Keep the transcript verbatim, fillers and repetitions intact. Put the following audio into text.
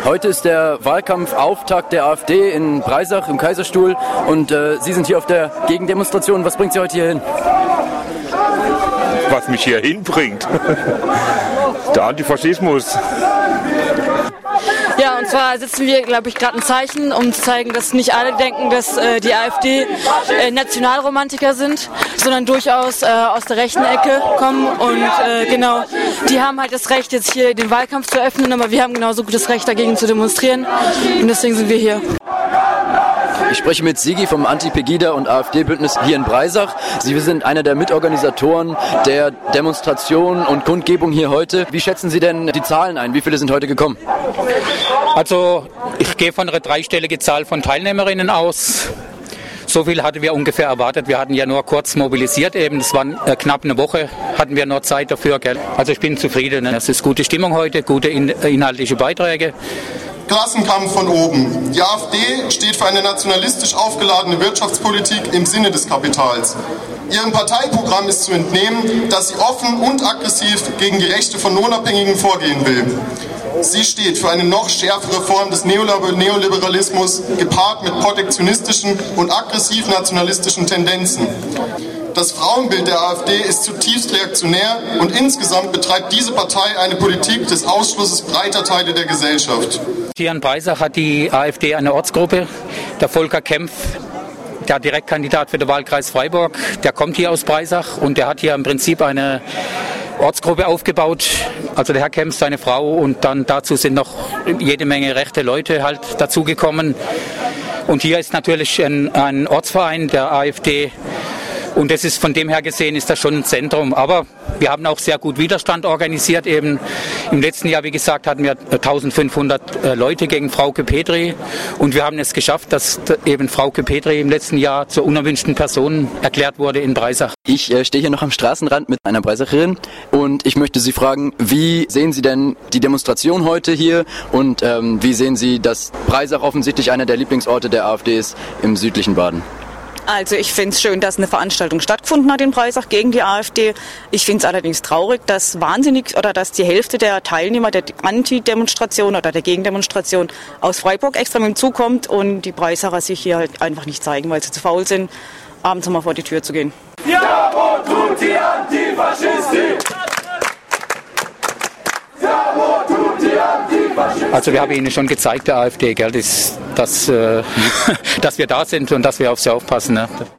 Heute ist der Wahlkampfauftakt der AfD in Breisach im Kaiserstuhl und äh, Sie sind hier auf der Gegendemonstration. Was bringt Sie heute hier hin? Was mich hier hinbringt? Der Antifaschismus. Ja, und zwar setzen wir, glaube ich, gerade ein Zeichen, um zu zeigen, dass nicht alle denken, dass äh, die AfD äh, Nationalromantiker sind, sondern durchaus äh, aus der rechten Ecke kommen. Und äh, genau, die haben halt das Recht, jetzt hier den Wahlkampf zu öffnen, aber wir haben genauso gut das Recht, dagegen zu demonstrieren. Und deswegen sind wir hier. Ich spreche mit Sigi vom Anti-Pegida- und AfD-Bündnis hier in Breisach. Sie sind einer der Mitorganisatoren der Demonstration und Kundgebung hier heute. Wie schätzen Sie denn die Zahlen ein? Wie viele sind heute gekommen? Also ich gehe von einer dreistelligen Zahl von Teilnehmerinnen aus. So viel hatten wir ungefähr erwartet. Wir hatten ja nur kurz mobilisiert eben. Es war äh, knapp eine Woche, hatten wir noch Zeit dafür. Gell? Also ich bin zufrieden. Es ist gute Stimmung heute, gute in, inhaltliche Beiträge. Klassenkampf von oben. Die AfD steht für eine nationalistisch aufgeladene Wirtschaftspolitik im Sinne des Kapitals. Ihrem Parteiprogramm ist zu entnehmen, dass sie offen und aggressiv gegen die Rechte von Lohnabhängigen vorgehen will. Sie steht für eine noch schärfere Form des Neoliberalismus, gepaart mit protektionistischen und aggressiv-nationalistischen Tendenzen. Das Frauenbild der AfD ist zutiefst reaktionär und insgesamt betreibt diese Partei eine Politik des Ausschlusses breiter Teile der Gesellschaft. Hier in Breisach hat die AfD eine Ortsgruppe, der Volker Kempf, der Direktkandidat für den Wahlkreis Freiburg, der kommt hier aus Breisach und der hat hier im Prinzip eine Ortsgruppe aufgebaut, also der Herr Kempf, seine Frau und dann dazu sind noch jede Menge rechte Leute halt dazugekommen. Und hier ist natürlich ein, ein Ortsverein der AfD. Und das ist von dem her gesehen, ist das schon ein Zentrum. Aber wir haben auch sehr gut Widerstand organisiert. Eben im letzten Jahr, wie gesagt, hatten wir eintausendfünfhundert Leute gegen Frauke Petry. Und wir haben es geschafft, dass eben Frauke Petry im letzten Jahr zur unerwünschten Person erklärt wurde in Breisach. Ich äh, stehe hier noch am Straßenrand mit einer Breisacherin und ich möchte Sie fragen, wie sehen Sie denn die Demonstration heute hier und ähm, wie sehen Sie, dass Breisach offensichtlich einer der Lieblingsorte der AfD ist im südlichen Baden? Also ich finde es schön, dass eine Veranstaltung stattgefunden hat in Breisach gegen die AfD. Ich finde es allerdings traurig, dass wahnsinnig oder dass die Hälfte der Teilnehmer der Anti-Demonstration oder der Gegendemonstration aus Freiburg extra mit dem Zug kommt und die Breisacher sich hier halt einfach nicht zeigen, weil sie zu faul sind, abends mal vor die Tür zu gehen. Ja, wo tut die Antifaschistik? Ja, wo tut die Antifaschistik? Also wir haben Ihnen schon gezeigt, der AfD, gell, dass, dass, äh, dass wir da sind und dass wir auf sie aufpassen. Ne?